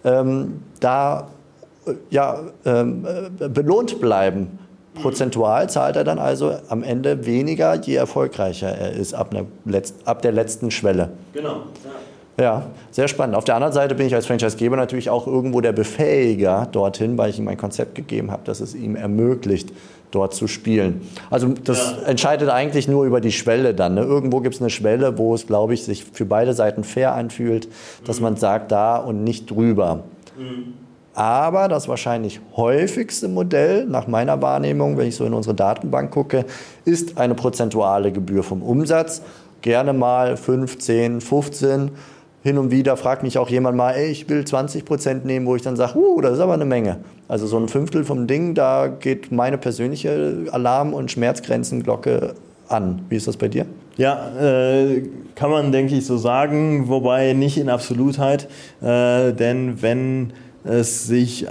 belohnt bleiben. Prozentual zahlt er dann also am Ende weniger, je erfolgreicher er ist ab der letzten Schwelle. Genau. Ja, sehr spannend. Auf der anderen Seite bin ich als Franchisegeber natürlich auch irgendwo der Befähiger dorthin, weil ich ihm ein Konzept gegeben habe, das es ihm ermöglicht, dort zu spielen. Also das entscheidet eigentlich nur über die Schwelle dann. Ne? Irgendwo gibt es eine Schwelle, wo es, glaube ich, sich für beide Seiten fair anfühlt, dass man sagt, da und nicht drüber. Aber das wahrscheinlich häufigste Modell, nach meiner Wahrnehmung, wenn ich so in unsere Datenbank gucke, ist eine prozentuale Gebühr vom Umsatz. Gerne mal 15, 15. Hin und wieder fragt mich auch jemand mal, ey, ich will 20% nehmen, wo ich dann sage, das ist aber eine Menge. Also so ein Fünftel vom Ding, da geht meine persönliche Alarm- und Schmerzgrenzenglocke an. Wie ist das bei dir? Ja, kann man, denke ich, so sagen, wobei nicht in Absolutheit, denn wenn es sich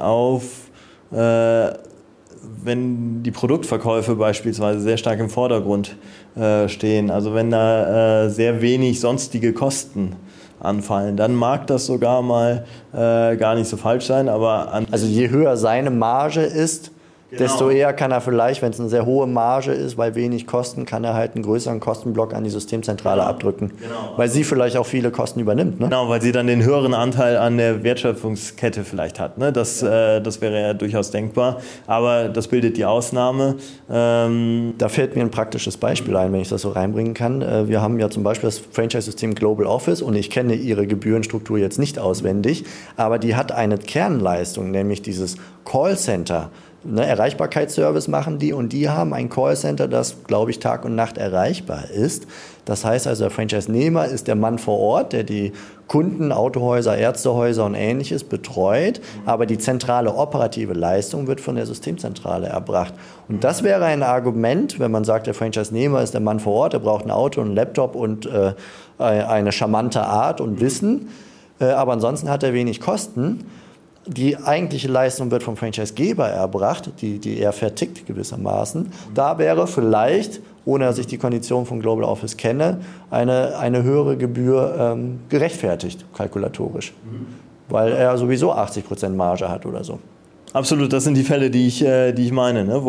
wenn die Produktverkäufe beispielsweise sehr stark im Vordergrund stehen, also wenn da sehr wenig sonstige Kosten anfallen, dann mag das sogar mal gar nicht so falsch sein. Aber also je höher seine Marge ist, desto eher kann er vielleicht, wenn es eine sehr hohe Marge ist, weil wenig Kosten, kann er halt einen größeren Kostenblock an die Systemzentrale abdrücken. Weil sie vielleicht auch viele Kosten übernimmt. Ne? Genau, weil sie dann den höheren Anteil an der Wertschöpfungskette vielleicht hat. Ne? Das wäre ja durchaus denkbar, aber das bildet die Ausnahme. Da fällt mir ein praktisches Beispiel ein, wenn ich das so reinbringen kann. Wir haben ja zum Beispiel das Franchise-System Global Office und ich kenne ihre Gebührenstruktur jetzt nicht auswendig, aber die hat eine Kernleistung, nämlich dieses Callcenter. Erreichbarkeitsservice machen die und die haben ein Callcenter, das, glaube ich, Tag und Nacht erreichbar ist. Das heißt also, der Franchise-Nehmer ist der Mann vor Ort, der die Kunden, Autohäuser, Ärztehäuser und Ähnliches betreut, aber die zentrale operative Leistung wird von der Systemzentrale erbracht. Und das wäre ein Argument, wenn man sagt, der Franchise-Nehmer ist der Mann vor Ort, er braucht ein Auto, einen Laptop und eine charmante Art und Wissen, aber ansonsten hat er wenig Kosten. Die eigentliche Leistung wird vom Franchisegeber erbracht, die er vertickt gewissermaßen. Da wäre vielleicht, ohne dass ich die Konditionen von Global Office kenne, eine höhere Gebühr gerechtfertigt, kalkulatorisch. Weil er sowieso 80% Marge hat oder so. Absolut, das sind die Fälle, die ich meine, ne?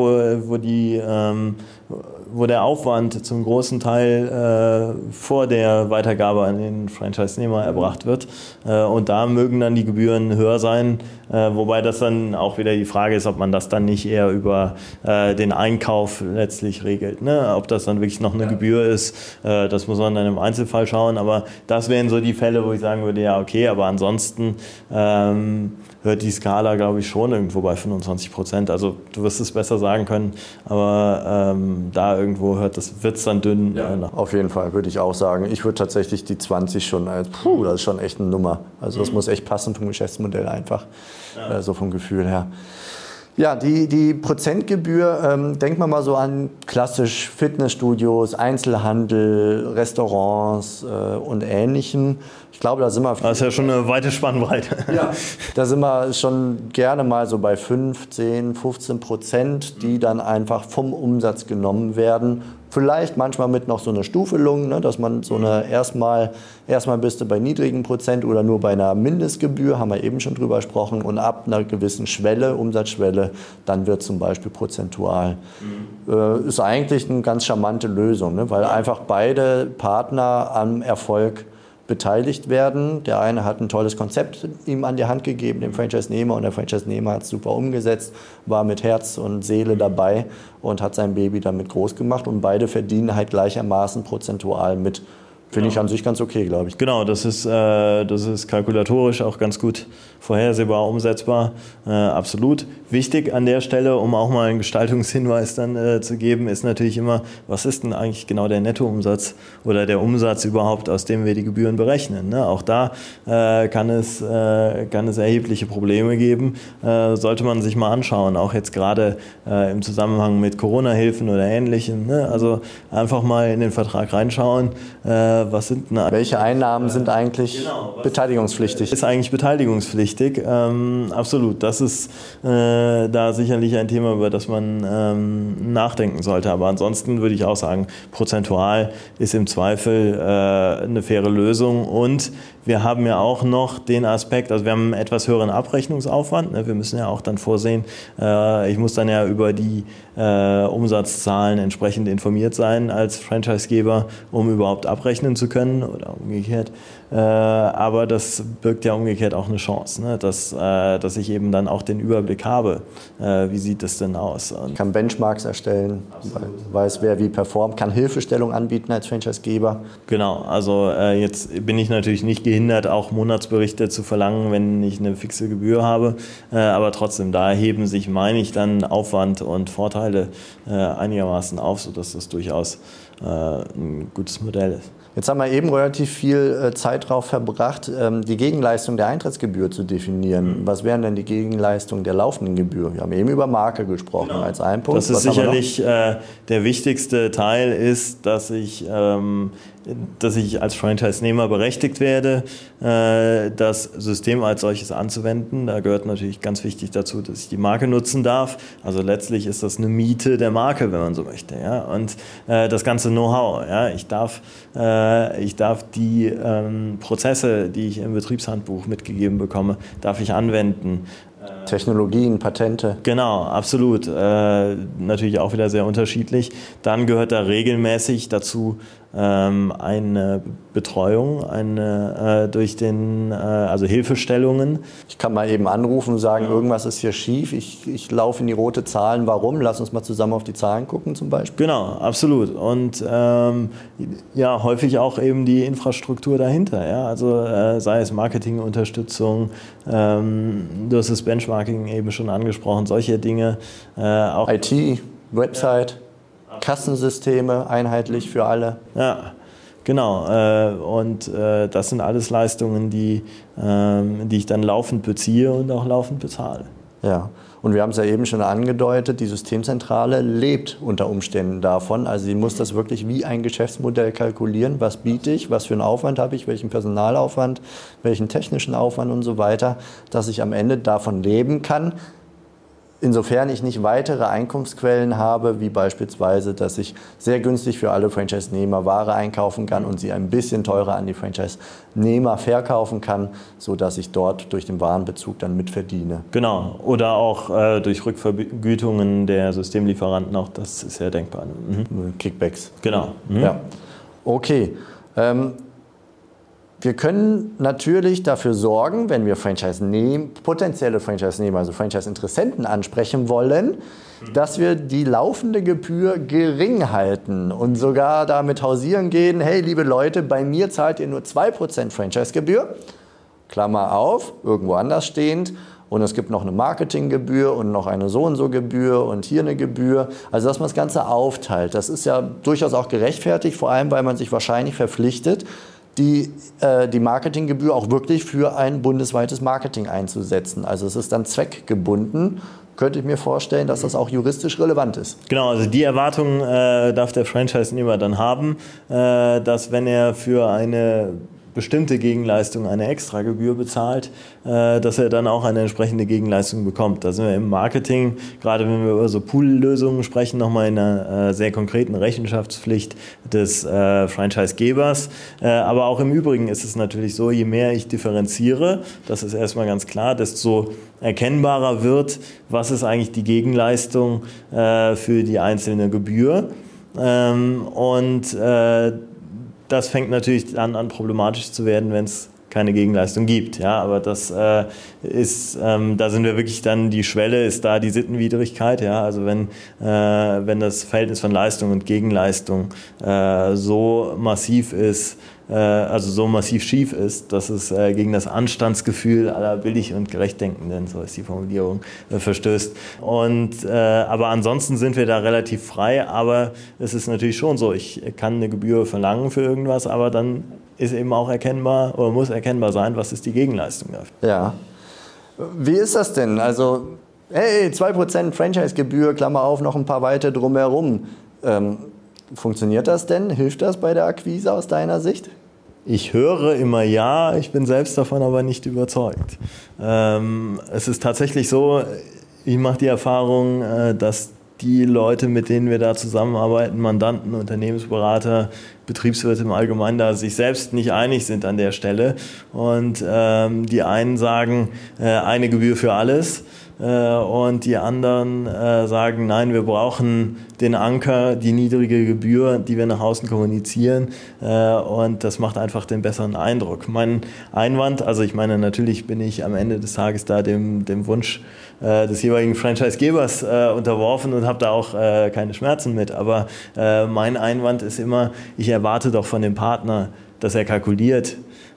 Wo der Aufwand zum großen Teil vor der Weitergabe an den Franchise-Nehmer erbracht wird. Und da mögen dann die Gebühren höher sein, wobei das dann auch wieder die Frage ist, ob man das dann nicht eher über den Einkauf letztlich regelt. Ne? Ob das dann wirklich noch eine Gebühr ist, das muss man dann im Einzelfall schauen. Aber das wären so die Fälle, wo ich sagen würde, ja okay, aber ansonsten hört die Skala, glaube ich, schon irgendwo bei 25%. Also du wirst es besser sagen können, aber da irgendwo wird es dann dünn. Ja, auf jeden Fall, würde ich auch sagen. Ich würde tatsächlich die 20 schon als, das ist schon echt eine Nummer. Also das muss echt passen vom Geschäftsmodell einfach, so vom Gefühl her. Ja, die Prozentgebühr, denkt man mal so an klassisch Fitnessstudios, Einzelhandel, Restaurants und Ähnlichem. Ich glaube, da sind wir... Das ist ja schon eine weite Spannbreite. Ja, da sind wir schon gerne mal so bei 15%, die dann einfach vom Umsatz genommen werden. Vielleicht manchmal mit noch so einer Stuffelung, ne, dass man so eine erstmal bist du bei niedrigen Prozent oder nur bei einer Mindestgebühr, haben wir eben schon drüber gesprochen, und ab einer gewissen Schwelle, Umsatzschwelle, dann wird zum Beispiel prozentual. Ist eigentlich eine ganz charmante Lösung, ne, weil einfach beide Partner am Erfolg beteiligt werden. Der eine hat ein tolles Konzept ihm an die Hand gegeben, dem Franchise-Nehmer, und der Franchise-Nehmer hat es super umgesetzt, war mit Herz und Seele dabei und hat sein Baby damit groß gemacht, und beide verdienen halt gleichermaßen prozentual mit. Finde ich an sich ganz okay, glaube ich. Genau, das ist kalkulatorisch auch ganz gut vorhersehbar, umsetzbar, absolut. Wichtig an der Stelle, um auch mal einen Gestaltungshinweis dann zu geben, ist natürlich immer, was ist denn eigentlich genau der Nettoumsatz oder der Umsatz überhaupt, aus dem wir die Gebühren berechnen. Ne? Auch da kann es erhebliche Probleme geben, sollte man sich mal anschauen, auch jetzt gerade im Zusammenhang mit Corona-Hilfen oder Ähnlichem. Ne? Also einfach mal in den Vertrag reinschauen, welche Einnahmen sind eigentlich beteiligungspflichtig? Ist eigentlich beteiligungspflichtig, absolut. Das ist da sicherlich ein Thema, über das man nachdenken sollte. Aber ansonsten würde ich auch sagen, prozentual ist im Zweifel eine faire Lösung. Und wir haben ja auch noch den Aspekt, also wir haben einen etwas höheren Abrechnungsaufwand. Ne? Wir müssen ja auch dann vorsehen, ich muss dann ja über die Umsatzzahlen entsprechend informiert sein als Franchisegeber, um überhaupt abrechnen zu können oder umgekehrt. Aber das birgt ja umgekehrt auch eine Chance, ne? Dass ich eben dann auch den Überblick habe, wie sieht das denn aus. Und kann Benchmarks erstellen, weiß, wer wie performt, kann Hilfestellung anbieten als Franchisegeber. Genau, also jetzt bin ich natürlich nicht gehindert, auch Monatsberichte zu verlangen, wenn ich eine fixe Gebühr habe, aber trotzdem, da erheben sich, meine ich, dann Aufwand und Vorteile einigermaßen auf, sodass das durchaus ein gutes Modell ist. Jetzt haben wir eben relativ viel Zeit darauf verbracht, die Gegenleistung der Eintrittsgebühr zu definieren. Was wären denn die Gegenleistungen der laufenden Gebühr? Wir haben eben über Marke gesprochen als ein Punkt. Das ist sicherlich der wichtigste Teil, ist, dass ich als Franchise-Nehmer berechtigt werde, das System als solches anzuwenden. Da gehört natürlich ganz wichtig dazu, dass ich die Marke nutzen darf. Also letztlich ist das eine Miete der Marke, wenn man so möchte. Ja? Und das ganze Know-how. Ja? Ich darf die Prozesse, die ich im Betriebshandbuch mitgegeben bekomme, darf ich anwenden. Technologien, Patente. Genau, absolut. Natürlich auch wieder sehr unterschiedlich. Dann gehört da regelmäßig dazu eine Betreuung, also Hilfestellungen. Ich kann mal eben anrufen und sagen, irgendwas ist hier schief, ich laufe in die rote Zahlen, warum? Lass uns mal zusammen auf die Zahlen gucken zum Beispiel. Genau, absolut. Und häufig auch eben die Infrastruktur dahinter. Ja? Also sei es Marketingunterstützung, du hast das Benchmarking eben schon angesprochen, solche Dinge. Auch IT, Website. Kassensysteme, einheitlich für alle. Ja, genau. Das sind alles Leistungen, die ich dann laufend beziehe und auch laufend bezahle. Ja, und wir haben es ja eben schon angedeutet, die Systemzentrale lebt unter Umständen davon. Also sie muss das wirklich wie ein Geschäftsmodell kalkulieren. Was biete ich, was für einen Aufwand habe ich, welchen Personalaufwand, welchen technischen Aufwand und so weiter, dass ich am Ende davon leben kann. Insofern ich nicht weitere Einkunftsquellen habe, wie beispielsweise, dass ich sehr günstig für alle Franchise-Nehmer Ware einkaufen kann und sie ein bisschen teurer an die Franchise-Nehmer verkaufen kann, sodass ich dort durch den Warenbezug dann mitverdiene. Genau, oder auch durch Rückvergütungen der Systemlieferanten, auch das ist ja denkbar. Kickbacks. Genau. Ja. Okay. Wir können natürlich dafür sorgen, wenn wir potenzielle Franchise-Nehmer, also Franchise-Interessenten ansprechen wollen, dass wir die laufende Gebühr gering halten und sogar damit hausieren gehen, hey liebe Leute, bei mir zahlt ihr nur 2% Franchise-Gebühr, Klammer auf, irgendwo anders stehend, und es gibt noch eine Marketinggebühr und noch eine so und so Gebühr und hier eine Gebühr. Also dass man das Ganze aufteilt, das ist ja durchaus auch gerechtfertigt, vor allem weil man sich wahrscheinlich verpflichtet, die Marketinggebühr auch wirklich für ein bundesweites Marketing einzusetzen. Also es ist dann zweckgebunden. Könnte ich mir vorstellen, dass das auch juristisch relevant ist. Genau, also die Erwartung darf der Franchise-Nehmer dann haben, dass wenn er für eine bestimmte Gegenleistung eine Extragebühr bezahlt, dass er dann auch eine entsprechende Gegenleistung bekommt. Da sind wir im Marketing, gerade wenn wir über so Pool-Lösungen sprechen, nochmal in einer sehr konkreten Rechenschaftspflicht des Franchise-Gebers. Aber auch im Übrigen ist es natürlich so, je mehr ich differenziere, das ist erstmal ganz klar, desto erkennbarer wird, was ist eigentlich die Gegenleistung für die einzelne Gebühr. Das fängt natürlich dann an problematisch zu werden, wenn es keine Gegenleistung gibt. Ja, aber das da sind wir wirklich dann, die Schwelle ist da die Sittenwidrigkeit. Ja, also wenn das Verhältnis von Leistung und Gegenleistung so massiv ist, also so massiv schief ist, dass es gegen das Anstandsgefühl aller billig und gerecht Denkenden, so ist die Formulierung, verstößt. Aber ansonsten sind wir da relativ frei, aber es ist natürlich schon so, ich kann eine Gebühr verlangen für irgendwas, aber dann ist eben auch erkennbar oder muss erkennbar sein, was ist die Gegenleistung dafür. Ja. Wie ist das denn? Also, hey, 2% Franchise-Gebühr, Klammer auf, noch ein paar weiter drumherum. Funktioniert das denn? Hilft das bei der Akquise aus deiner Sicht? Ich höre immer ja, ich bin selbst davon aber nicht überzeugt. Es ist tatsächlich so, ich mache die Erfahrung, dass die Leute, mit denen wir da zusammenarbeiten, Mandanten, Unternehmensberater, Betriebswirte im Allgemeinen, da sich selbst nicht einig sind an der Stelle. Und die einen sagen, eine Gebühr für alles. Und die anderen sagen, nein, wir brauchen den Anker, die niedrige Gebühr, die wir nach außen kommunizieren, und das macht einfach den besseren Eindruck. Mein Einwand, also ich meine, natürlich bin ich am Ende des Tages da dem Wunsch des jeweiligen Franchise-Gebers unterworfen und habe da auch keine Schmerzen mit, aber mein Einwand ist immer, ich erwarte doch von dem Partner, dass er kalkuliert,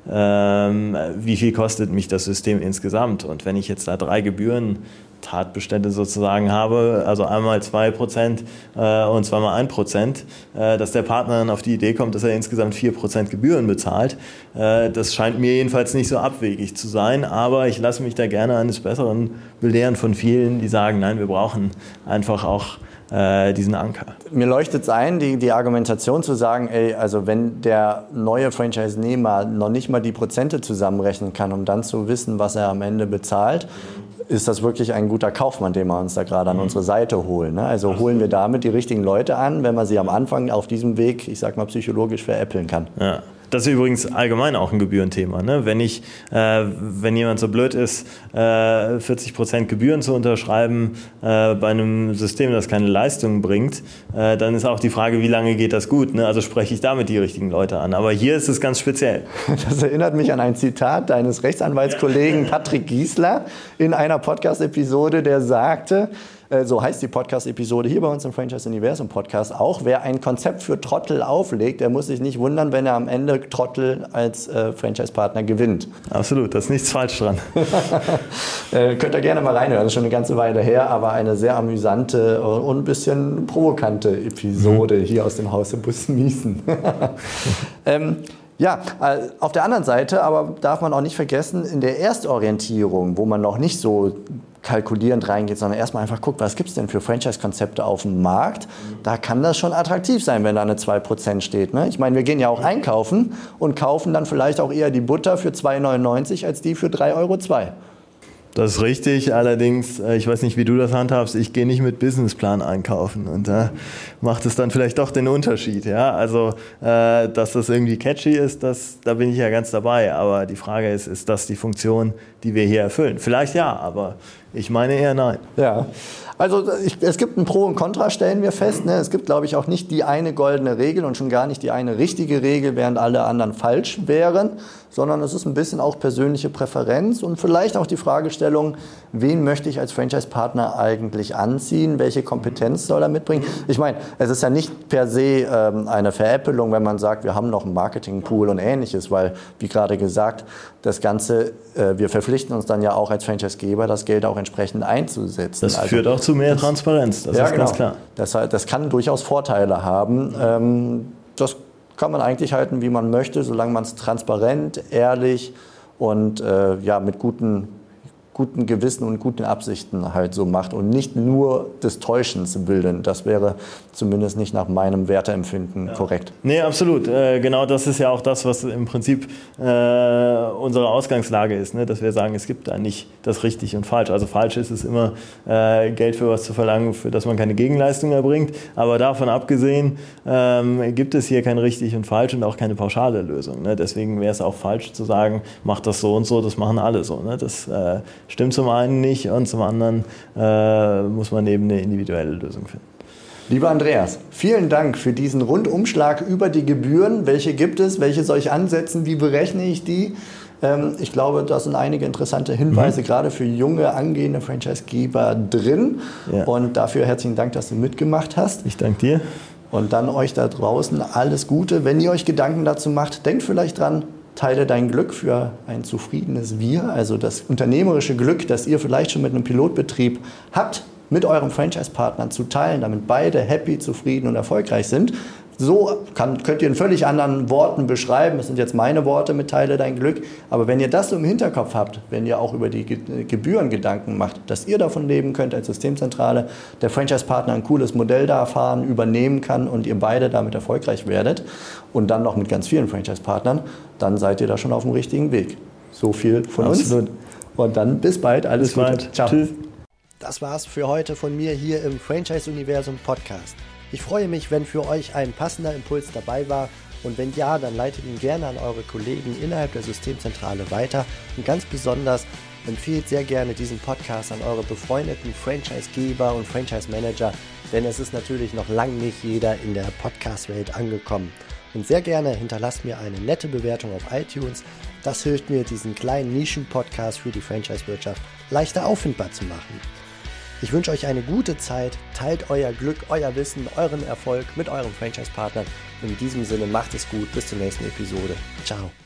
wie viel kostet mich das System insgesamt. Und wenn ich jetzt da 3 Gebühren-Tatbestände sozusagen habe, also einmal 2% und zweimal 1%, dass der Partner dann auf die Idee kommt, dass er insgesamt 4% Gebühren bezahlt, das scheint mir jedenfalls nicht so abwegig zu sein, aber ich lasse mich da gerne eines Besseren belehren von vielen, die sagen, nein, wir brauchen einfach auch diesen Anker. Mir leuchtet es ein, die Argumentation zu sagen, also wenn der neue Franchise-Nehmer noch nicht mal die Prozente zusammenrechnen kann, um dann zu wissen, was er am Ende bezahlt, ist das wirklich ein guter Kaufmann, den wir uns da gerade an unsere Seite holen. Ne? Also holen wir damit die richtigen Leute an, wenn man sie am Anfang auf diesem Weg, ich sag mal, psychologisch veräppeln kann. Ja. Das ist übrigens allgemein auch ein Gebührenthema. Ne? Wenn jemand so blöd ist, 40% Gebühren zu unterschreiben bei einem System, das keine Leistung bringt, dann ist auch die Frage, wie lange geht das gut? Ne? Also spreche ich damit die richtigen Leute an. Aber hier ist es ganz speziell. Das erinnert mich an ein Zitat deines Rechtsanwaltskollegen Patrick Giesler in einer Podcast-Episode, der sagte, so heißt die Podcast-Episode hier bei uns im Franchise-Universum-Podcast auch, wer ein Konzept für Trottel auflegt, der muss sich nicht wundern, wenn er am Ende Trottel als Franchise-Partner gewinnt. Absolut, da ist nichts falsch dran. Könnt ihr gerne mal reinhören, das ist schon eine ganze Weile her, aber eine sehr amüsante und ein bisschen provokante Episode hier aus dem Hause Bussen-Miesen. Ja, auf der anderen Seite aber darf man auch nicht vergessen, in der Erstorientierung, wo man noch nicht so kalkulierend reingeht, sondern erstmal einfach guckt, was gibt es denn für Franchise-Konzepte auf dem Markt, da kann das schon attraktiv sein, wenn da eine 2% steht. Ne? Ich meine, wir gehen ja auch einkaufen und kaufen dann vielleicht auch eher die Butter für 2,99 als die für 3,02 €. Das ist richtig, allerdings, ich weiß nicht, wie du das handhabst, ich gehe nicht mit Businessplan einkaufen und da macht es dann vielleicht doch den Unterschied. Ja? Also, dass das irgendwie catchy ist, da bin ich ja ganz dabei, aber die Frage ist das die Funktion, die wir hier erfüllen? Vielleicht ja, aber ich meine eher nein. Ja, also es gibt ein Pro und Contra, stellen wir fest. Ne? Es gibt, glaube ich, auch nicht die eine goldene Regel und schon gar nicht die eine richtige Regel, während alle anderen falsch wären, sondern es ist ein bisschen auch persönliche Präferenz und vielleicht auch die Fragestellung, wen möchte ich als Franchise-Partner eigentlich anziehen, welche Kompetenz soll er mitbringen. Ich meine, es ist ja nicht per se eine Veräppelung, wenn man sagt, wir haben noch einen Marketingpool und Ähnliches, weil, wie gerade gesagt, das Ganze, wir verpflichten uns dann ja auch als Franchisegeber, das Geld auch entsprechend einzusetzen. Das führt auch zu mehr Transparenz, das ist ganz klar. Das kann durchaus Vorteile haben. Das kann man eigentlich halten, wie man möchte, solange man es transparent, ehrlich und mit guten Gewissen und guten Absichten halt so macht und nicht nur des Täuschens willen. Das wäre zumindest nicht nach meinem Werteempfinden korrekt. Nee, absolut. Genau das ist ja auch das, was im Prinzip unsere Ausgangslage ist, ne? Dass wir sagen, es gibt da nicht das richtig und falsch. Also falsch ist es immer, Geld für was zu verlangen, für das man keine Gegenleistung erbringt. Aber davon abgesehen gibt es hier kein richtig und falsch und auch keine pauschale Lösung. Ne? Deswegen wäre es auch falsch zu sagen, macht das so und so, das machen alle so. Ne? Das stimmt zum einen nicht und zum anderen muss man eben eine individuelle Lösung finden. Lieber Andreas, vielen Dank für diesen Rundumschlag über die Gebühren. Welche gibt es? Welche soll ich ansetzen? Wie berechne ich die? Ich glaube, da sind einige interessante Hinweise, gerade für junge, angehende Franchisegeber drin. Ja. Und dafür herzlichen Dank, dass du mitgemacht hast. Ich danke dir. Und dann euch da draußen alles Gute. Wenn ihr euch Gedanken dazu macht, denkt vielleicht dran, teile dein Glück für ein zufriedenes Wir, also das unternehmerische Glück, das ihr vielleicht schon mit einem Pilotbetrieb habt, mit euren Franchise-Partnern zu teilen, damit beide happy, zufrieden und erfolgreich sind. So könnt ihr in völlig anderen Worten beschreiben. Das sind jetzt meine Worte mit Teile dein Glück. Aber wenn ihr das so im Hinterkopf habt, wenn ihr auch über die Gebühren Gedanken macht, dass ihr davon leben könnt als Systemzentrale, der Franchise-Partner ein cooles Modell da erfahren, übernehmen kann und ihr beide damit erfolgreich werdet und dann noch mit ganz vielen Franchise-Partnern, dann seid ihr da schon auf dem richtigen Weg. So viel von uns. Und dann bis bald. Alles Gute. Ciao. Tschüss. Das war's für heute von mir hier im Franchise-Universum Podcast. Ich freue mich, wenn für euch ein passender Impuls dabei war und wenn ja, dann leitet ihn gerne an eure Kollegen innerhalb der Systemzentrale weiter und ganz besonders empfehlt sehr gerne diesen Podcast an eure befreundeten Franchisegeber und Franchise-Manager, denn es ist natürlich noch lange nicht jeder in der Podcast-Welt angekommen. Und sehr gerne hinterlasst mir eine nette Bewertung auf iTunes. Das hilft mir, diesen kleinen Nischen-Podcast für die Franchise-Wirtschaft leichter auffindbar zu machen. Ich wünsche euch eine gute Zeit, teilt euer Glück, euer Wissen, euren Erfolg mit euren Franchise-Partnern. In diesem Sinne macht es gut, bis zur nächsten Episode. Ciao.